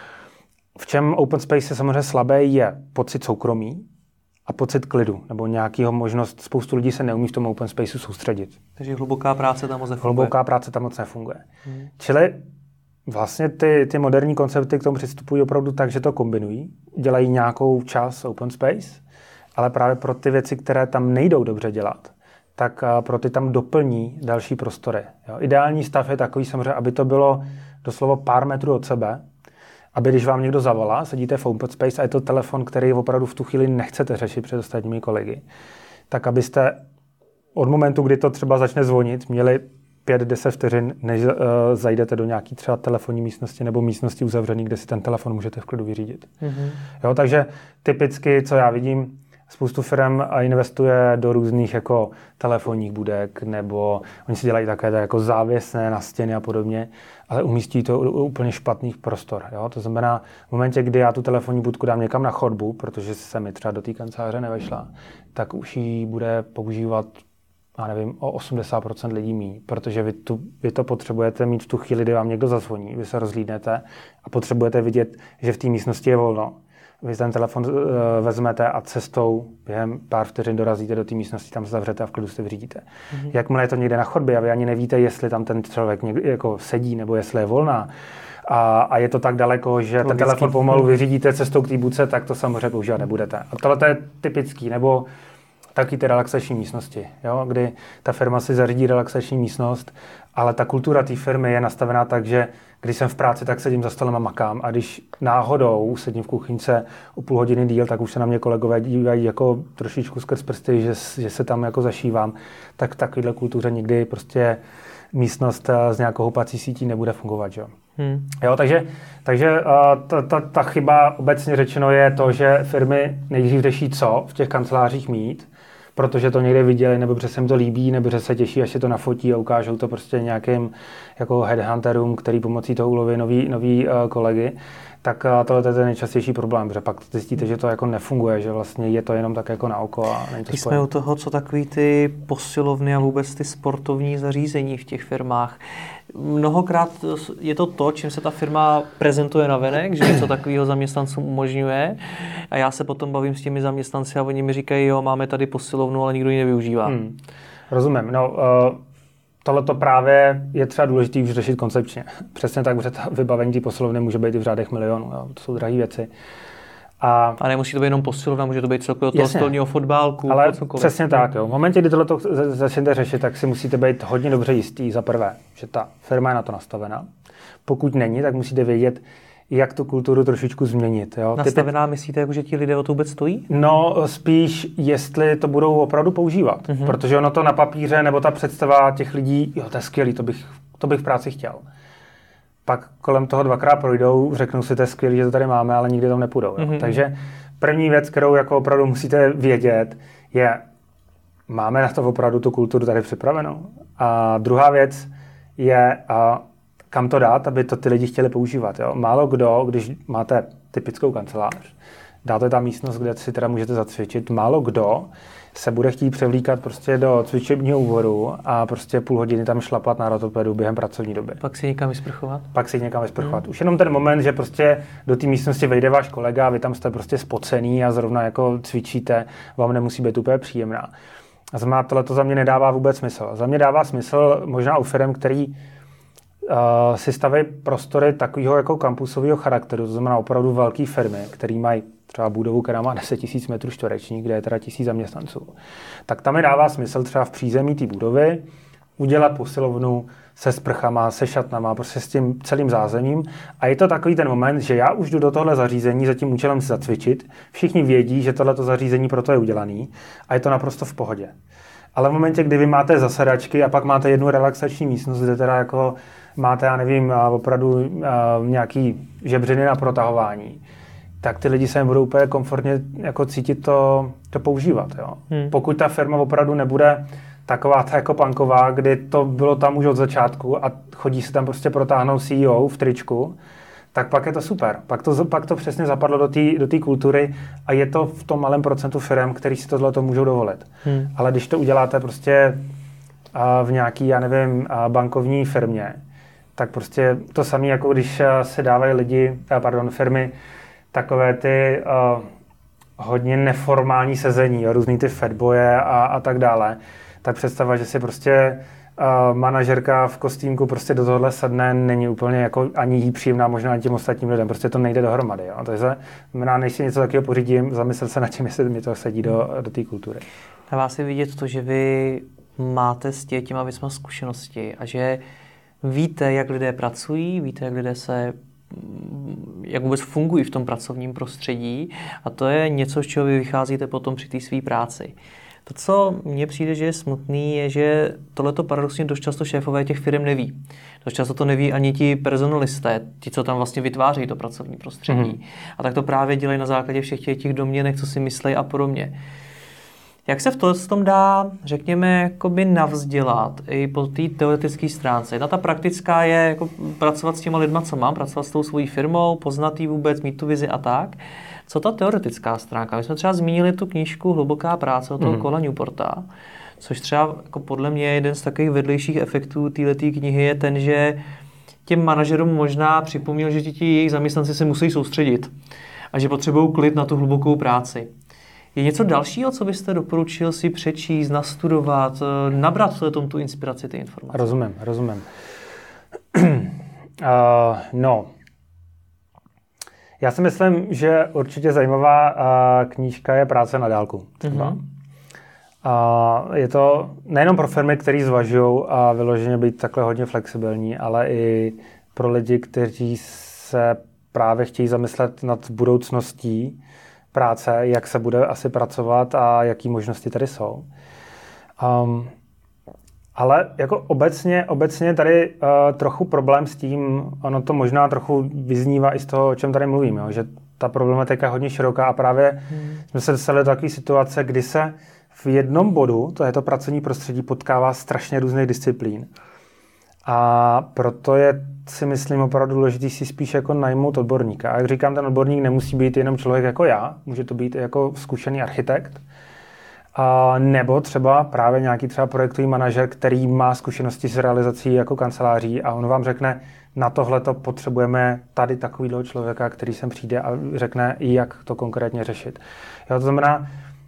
V čem open space je samozřejmě slabé, je pocit soukromí a pocit klidu, nebo nějakého možnost, spoustu lidí se neumí v tom open spaceu soustředit. Takže hluboká práce tam moc nefunguje. Hluboká práce tam moc nefunguje. Čili vlastně ty moderní koncepty k tomu přistupují opravdu tak, že to kombinují, dělají nějakou část open space, ale právě pro ty věci, které tam nejdou dobře dělat, tak pro ty tam doplní další prostory. Jo. Ideální stav je takový samozřejmě, aby to bylo doslova pár metrů od sebe, aby když vám někdo zavolá, sedíte v open space a je to telefon, který opravdu v tu chvíli nechcete řešit před ostatními kolegy, tak abyste od momentu, kdy to třeba začne zvonit, měli 5-10 vteřin, než zajdete do nějaký třeba telefonní místnosti nebo místnosti uzavřený, kde si ten telefon můžete v klidu vyřídit. Jo, takže typicky, co já vidím, spoustu firm investuje do různých jako telefonních budek, nebo oni si dělají také jako závěsné na stěny a podobně, ale umístí to úplně špatných prostor. Jo? To znamená, v momentě, kdy já tu telefonní budku dám někam na chodbu, protože se mi třeba do té kanceláře nevešla, tak už ji bude používat, já nevím, o 80% lidí míň, protože vy to potřebujete mít v tu chvíli, kdy vám někdo zazvoní, vy se rozhlídnete a potřebujete vidět, že v té místnosti je volno. Vy ten telefon vezmete a cestou během pár vteřin dorazíte do té místnosti, tam se zavřete a v klidu si vyřídíte. Jakmile je to někde na chodbě a vy ani nevíte, jestli tam ten člověk jako sedí nebo jestli je volná a je to tak daleko, že ten telefon pomalu vyřídíte cestou k té budce, tak to samozřejmě používat nebudete. A tohle je typický, nebo taky ty relaxační místnosti, jo? Kdy ta firma si zařídí relaxační místnost, ale ta kultura té firmy je nastavená tak, že když jsem v práci, tak sedím za stolem a makám a když náhodou sedím v kuchyňce o půl hodiny díl, tak už se na mě kolegové dívají jako trošičku skrz prsty, že se tam jako zašívám, tak v takovéhle kultuře nikdy prostě místnost s nějakou houpací sítí nebude fungovat. Jo? Jo, takže ta chyba obecně řečeno je to, že firmy nejdřív řeší co v těch kancelářích mít, protože to někde viděli, nebo že se jim to líbí, nebo že se těší, až se to nafotí a ukážou to prostě nějakým jako headhunterům, který pomocí toho uloví nový kolegy, tak tohle je ten nejčastější problém, protože pak zjistíte, že to jako nefunguje, že vlastně je to jenom tak jako na oko a není to spojené. Jsme u toho, co takový ty posilovny a vůbec ty sportovní zařízení v těch firmách. Mnohokrát je to, čím se ta firma prezentuje navenek, že něco takového zaměstnancům umožňuje a já se potom bavím s těmi zaměstnanci a oni mi říkají, jo, máme tady posilovnu, ale nikdo ji nevyužívá. Rozumím. No, tohleto právě je třeba důležité už řešit koncepčně. Přesně tak, že vybavení té posilovny může být i v řádech milionů. Jo. To jsou drahé věci. A nemusí to být jenom posilovna, může to být celkově toho stolního fotbálku. Ale přesně tak. Jo. V momentě, kdy tohleto začnete řešit, tak si musíte být hodně dobře jistý za prvé, že ta firma je na to nastavená. Pokud není, tak musíte vědět, jak tu kulturu trošičku změnit. Jo. Nastavená myslíte, jako, že ti lidé o to vůbec stojí? No spíš, jestli to budou opravdu používat. Protože ono to na papíře, nebo ta představa těch lidí, jo, to je skvělý, to bych v práci chtěl. Pak kolem toho dvakrát projdou, řeknou si, to je skvělý, že to tady máme, ale nikdy tam nepůjdou. Takže první věc, kterou jako opravdu musíte vědět, je, máme na to opravdu tu kulturu tady připravenou. A druhá věc je, kam to dát, aby to ty lidi chtěli používat. Jo? Málo kdo, když máte typickou kancelář, dáte tam místnost, kde si teda můžete zacvičit, málo kdo se bude chtít převlíkat prostě do cvičebního úvodu a prostě půl hodiny tam šlapat na rotopedu během pracovní doby. Pak si někam vysprchovat. Už jenom ten moment, že prostě do té místnosti vejde váš kolega, vy tam jste prostě spocený a zrovna jako cvičíte, vám nemusí být úplně příjemná. A znamená, tohle za mě nedává vůbec smysl. Za mě dává smysl možná u firm, který si staví prostory takového jako kampusového charakteru, to znamená opravdu velké firmy, které mají třeba budovu, která má 10 000 metrů čtverečních, kde je teda 1000 zaměstnanců. Tak tam mi dává smysl třeba v přízemí té budovy udělat posilovnu se sprchama, se šatnama, prostě s tím celým zázemím. A je to takový ten moment, že já už jdu do tohle zařízení za tím účelem si zacvičit. Všichni vědí, že tohleto zařízení proto je udělaný a je to naprosto v pohodě. Ale v momentě, kdy vy máte zasedačky a pak máte jednu relaxační místnost, kde teda jako máte, já nevím, opravdu nějaký žebřiny na protahování, tak ty lidi se nebudou úplně komfortně jako cítit to používat. Jo. Pokud ta firma opravdu nebude taková ta jako punková, kdy to bylo tam už od začátku a chodí se tam prostě protáhnout CEO v tričku, tak pak je to super. Pak to přesně zapadlo do té kultury a je to v tom malém procentu firem, který si tohleto můžou dovolit. Ale když to uděláte prostě v nějaký, já nevím, bankovní firmě, tak prostě to samé, jako když se dávají firmy, takové ty hodně neformální sezení, různý ty fatboje a tak dále, tak představa, že si prostě manažerka v kostýmku prostě do tohohle sadne, není úplně jako ani jí příjemná, možná ani těm ostatním lidem, prostě to nejde dohromady. Jo? Takže znamená, než si něco takového pořídím, zamyslet se nad tím, jestli mi to sedí do té kultury. Na vás je vidět to, že vy máte s těma věcma zkušenosti a že víte, jak lidé pracují, víte, jak vůbec fungují v tom pracovním prostředí a to je něco, z čeho vy vycházíte potom při té své práci. To, co mně přijde, že je smutný, je, že tohleto paradoxně dost často šéfové těch firm neví. Dost často to neví ani ti personalisté, ti, co tam vlastně vytvářejí to pracovní prostředí. A tak to právě dělají na základě všech těch domněnek, co si myslejí a podobně. Jak se v tom dá, řekněme, jakoby navzdělat i po té teoretické stránce? Jedna ta praktická je jako pracovat s těma lidma, co mám, pracovat s tou svojí firmou, poznat ji vůbec, mít tu vizi a tak. Co ta teoretická stránka? My jsme třeba zmínili tu knížku Hluboká práce od toho Cola Newporta, což třeba jako podle mě jeden z takových vedlejších efektů této knihy je ten, že těm manažerům možná připomněl, že ti jejich zaměstnanci se musí soustředit a že potřebují klid na tu hlubokou práci. Je něco dalšího, co byste doporučil si přečíst, nastudovat, nabrat v tom tu inspiraci, ty informace? Rozumím. No. Já si myslím, že určitě zajímavá knížka je Práce na dálku. Třeba. Je to nejenom pro firmy, které zvažují a vyloženě být takhle hodně flexibilní, ale i pro lidi, kteří se právě chtějí zamyslet nad budoucností práce, jak se bude asi pracovat a jaký možnosti tady jsou. Ale jako obecně tady trochu problém s tím, ono to možná trochu vyznívá i z toho, o čem tady mluvím, jo? Že ta problematika je hodně široká a právě jsme se dostali do takové situace, kdy se v jednom bodu, to je to pracovní prostředí, potkává strašně různých disciplín. A proto je, si myslím, opravdu důležitý si spíš jako najmout odborníka. A jak říkám, ten odborník nemusí být jenom člověk jako já, může to být jako zkušený architekt, nebo třeba právě nějaký třeba projektový manažer, který má zkušenosti s realizací jako kanceláří a on vám řekne, na tohleto potřebujeme tady takovýhle člověka, který sem přijde a řekne, jak to konkrétně řešit. Jo, to znamená,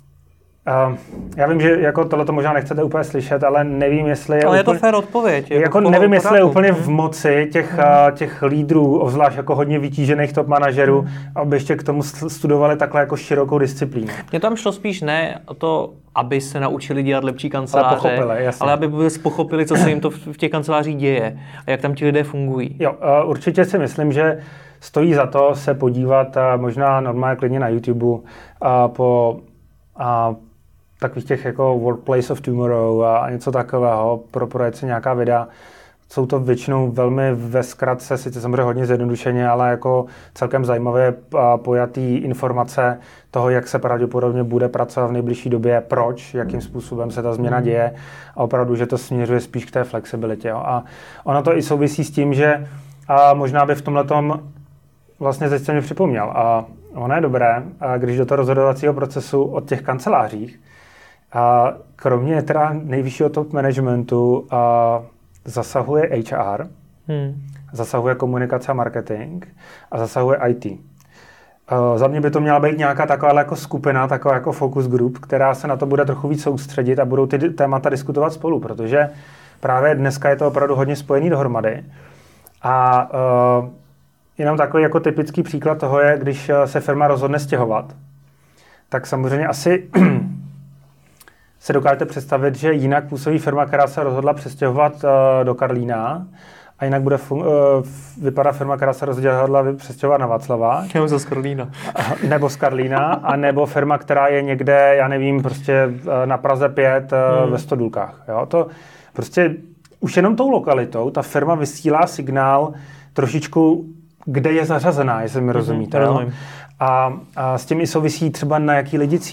já vím, že jako tohleto možná nechcete úplně slyšet, ale nevím, jestli je ale úplně, je to fér odpověď. Jako nevím, jestli je úplně v moci těch lídrů, obzvlášť jako hodně vytížených top manažerů, aby ještě k tomu studovali takhle jako širokou disciplínu. Mně tam šlo spíš ne o to, aby se naučili dělat lepší kanceláře, ale aby vůbec pochopili, co se jim to v těch kancelářích děje a jak tam ti lidé fungují. Jo, určitě si myslím, že stojí za to se podívat možná normálně klidně na YouTube po takových těch jako Workplace of Tomorrow a něco takového, projet si nějaká videa. Jsou to většinou velmi ve zkratce, sice samozřejmě hodně zjednodušeně, ale jako celkem zajímavé pojatý informace toho, jak se pravděpodobně bude pracovat v nejbližší době, proč, jakým způsobem se ta změna děje a opravdu, že to směřuje spíš k té flexibilitě. Jo. A ono to i souvisí s tím, že možná by v tomhletom vlastně teď jsem mi připomněl. A ono je dobré, když do toho rozhodovacího procesu od těch kancelářích, kromě teda nejvyššího top managementu zasahuje HR, zasahuje komunikace a marketing a zasahuje IT. Za mě by to měla být nějaká taková jako skupina, taková jako focus group, která se na to bude trochu víc soustředit a budou ty témata diskutovat spolu, protože právě dneska je to opravdu hodně spojený dohromady. A jenom takový jako typický příklad toho je, když se firma rozhodne stěhovat, tak samozřejmě asi se dokážete představit, že jinak působí firma, která se rozhodla přestěhovat do Karlína a jinak bude vypadat firma, která se rozhodla přestěhovat na Václavák. Nebo z Karlína. Nebo z Karlína, a nebo firma, která je někde, já nevím, prostě na Praze 5 ve Stodulkách. Jo? To prostě už jenom tou lokalitou ta firma vysílá signál trošičku, kde je zařazená, jestli mi rozumíte. A s tím i souvisí třeba, na jaký lidi cílí.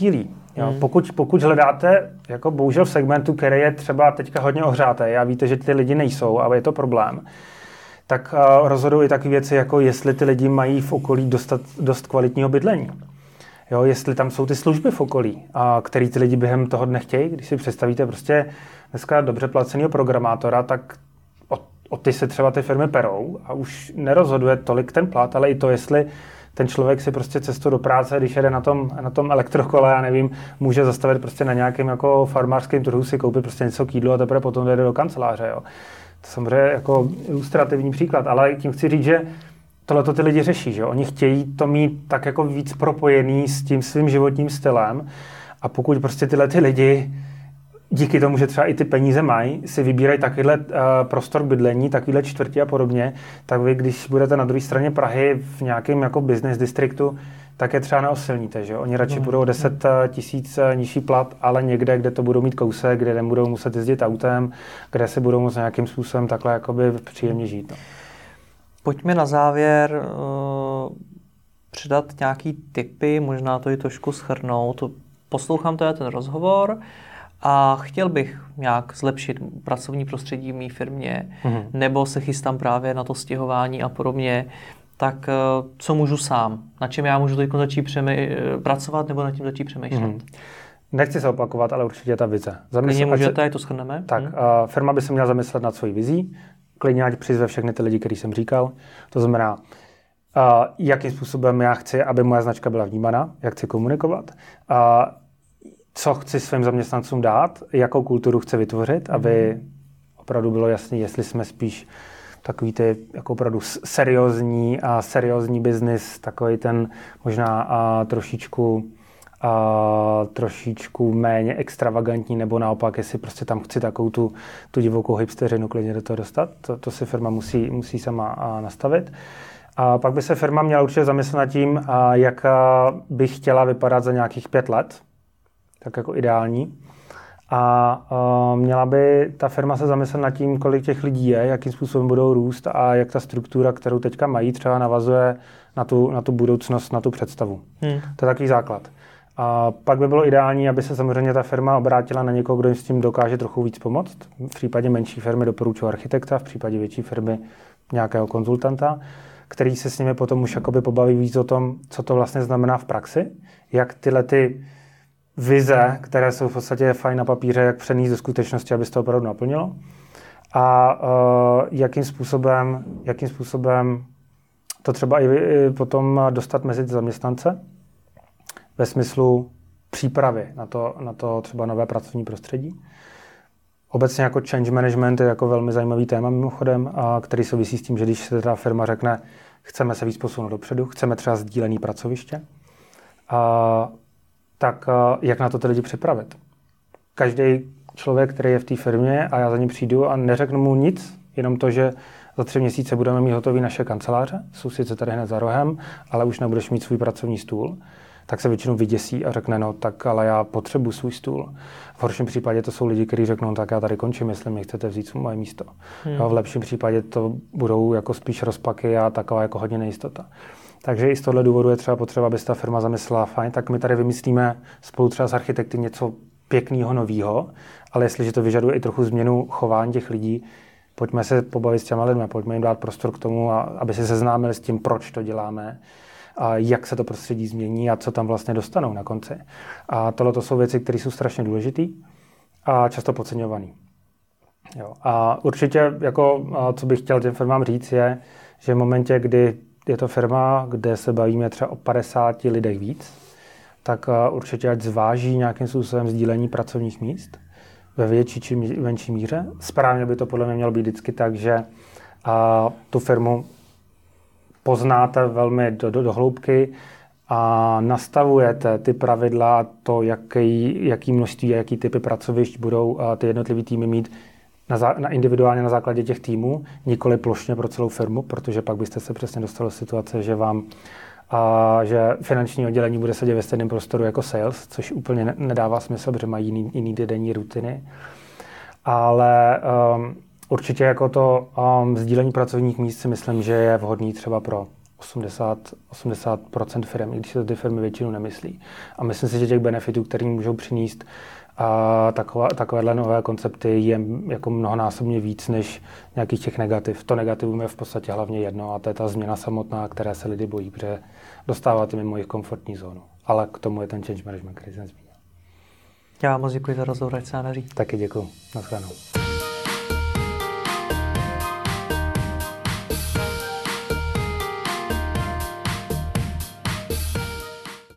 Jo, pokud hledáte, jako bohužel v segmentu, který je třeba teďka hodně ohřátý a víte, že ty lidi nejsou a je to problém, tak rozhodují i takové věci, jako jestli ty lidi mají v okolí dost kvalitního bydlení. Jo, jestli tam jsou ty služby v okolí, který ty lidi během toho dne chtějí. Když si představíte prostě dneska dobře placeného programátora, tak o ty se třeba ty firmy perou a už nerozhoduje tolik ten plat, ale i to, jestli ten člověk si prostě cestu do práce, když jede na tom elektrokole, já nevím, může zastavit prostě na nějakém jako farmářském trhu, si koupit prostě něco k jídlu a teprve potom jde do kanceláře. Jo. To samozřejmě jako ilustrativní příklad, ale tím chci říct, že tohleto ty lidi řeší, že oni chtějí to mít tak jako víc propojený s tím svým životním stylem a pokud prostě tyhle ty lidi díky tomu, že třeba i ty peníze mají, si vybírají takovýhle prostor k bydlení, takovýhle čtvrti a podobně, tak vy, když budete na druhé straně Prahy v nějakém jako business distriktu, tak je třeba neosilníte, že oni radši budou 10 000 nižší plat, ale někde, kde to budou mít kousek, kde nebudou muset jezdit autem, kde si budou moct nějakým způsobem takhle jakoby příjemně žít. No. Pojďme na závěr přidat nějaký tipy, možná to i trošku shrnout. Poslouchám ten rozhovor a chtěl bych nějak zlepšit pracovní prostředí v mé firmě, nebo se chystám právě na to stěhování a podobně, tak co můžu sám? Na čem já můžu teď začít pracovat nebo na tím začít přemýšlet? Nechci se opakovat, ale určitě ta vize. Klidně můžete, ať to shrneme. Tak, firma by se měla zamyslet nad svojí vizí, klidně ať přizve všechny ty lidi, který jsem říkal. To znamená, jakým způsobem já chci, aby moje značka byla vnímána, jak chci komunikovat, co chci svým zaměstnancům dát, jakou kulturu chci vytvořit, aby opravdu bylo jasné, jestli jsme spíš takový ty jako opravdu seriózní biznis, takový ten možná trošičku méně extravagantní, nebo naopak, jestli prostě tam chci takovou tu divokou hipsteřinu klidně do toho dostat. To si firma musí sama nastavit. A pak by se firma měla určitě zamyslet nad tím, jak by chtěla vypadat za nějakých 5 let, tak jako ideální. A měla by ta firma se zamyslet nad tím, kolik těch lidí je, jakým způsobem budou růst a jak ta struktura, kterou teďka mají, třeba navazuje na tu budoucnost, na tu představu. To je takový základ. A pak by bylo ideální, aby se samozřejmě ta firma obrátila na někoho, kdo jim s tím dokáže trochu víc pomoct. V případě menší firmy doporučuji architekta, v případě větší firmy nějakého konzultanta, který se s nimi potom už jakoby pobaví víc o tom, co to vlastně znamená v praxi, jak tyhle ty vize, které jsou v podstatě fajn na papíře, jak přenést do skutečnosti, aby se to opravdu naplnilo. A jakým způsobem to třeba i potom dostat mezi zaměstnance ve smyslu přípravy na to třeba nové pracovní prostředí. Obecně jako change management je jako velmi zajímavý téma mimochodem, který souvisí s tím, že když se ta firma řekne, chceme se víc posunout dopředu, chceme třeba sdílený pracoviště, tak jak na to ty lidi připravit? Každý člověk, který je v té firmě a já za ním přijdu a neřeknu mu nic, jenom to, že za 3 měsíce budeme mít hotový naše kanceláře, jsou sice tady hned za rohem, ale už nebudeš mít svůj pracovní stůl, tak se většinou vyděsí a řekne, no tak ale já potřebuji svůj stůl. V horším případě to jsou lidi, kteří řeknou, tak já tady končím, jestli mi chcete vzít moje místo. V lepším případě to budou jako spíš rozpaky a taková jako hodně nejistota. Takže i z tohle důvodu je třeba potřeba, aby se ta firma zamyslela, fajn, tak my tady vymyslíme spolu třeba s architekty něco pěkného, nového, ale jestliže to vyžaduje i trochu změnu chování těch lidí, pojďme se pobavit s těma lidmi, pojďme jim dát prostor k tomu, aby se seznámili s tím, proč to děláme, a jak se to prostředí změní a co tam vlastně dostanou na konci. A tohle to jsou věci, které jsou strašně důležité a často podceňované. A určitě, jako, co bych chtěl těm firmám říct, je, že v momentě, kdy je to firma, kde se bavíme třeba o 50 lidech víc, tak určitě ať zváží nějakým způsobem sdílení pracovních míst ve větší či menší míře. Správně by to podle mě mělo být vždycky tak, že tu firmu poznáte velmi do hloubky a nastavujete ty pravidla, to, jaký množství a jaký typy pracovišť budou ty jednotlivé týmy mít individuálně na základě těch týmů, nikoli plošně pro celou firmu, protože pak byste se přesně dostali do situace, že finanční oddělení bude sedět ve stejném prostoru jako sales, což úplně nedává smysl, protože mají jiný denní rutiny. Ale určitě jako to sdílení pracovních míst si myslím, že je vhodný třeba pro 80% firm, i když se to ty firmy většinou nemyslí. A myslím si, že těch benefitů, který můžou přinést a takovéhle nové koncepty je jako mnohonásobně víc než nějakých těch negativ. To negativum je v podstatě hlavně jedno a to je ta změna samotná, které se lidi bojí, protože dostáváte mimo jejich komfortní zónu. Ale k tomu je ten change management, který jsem zmínil. Já moc děkuji za rozhovor, ať se nám daří. Taky děkuji. Naschledanou.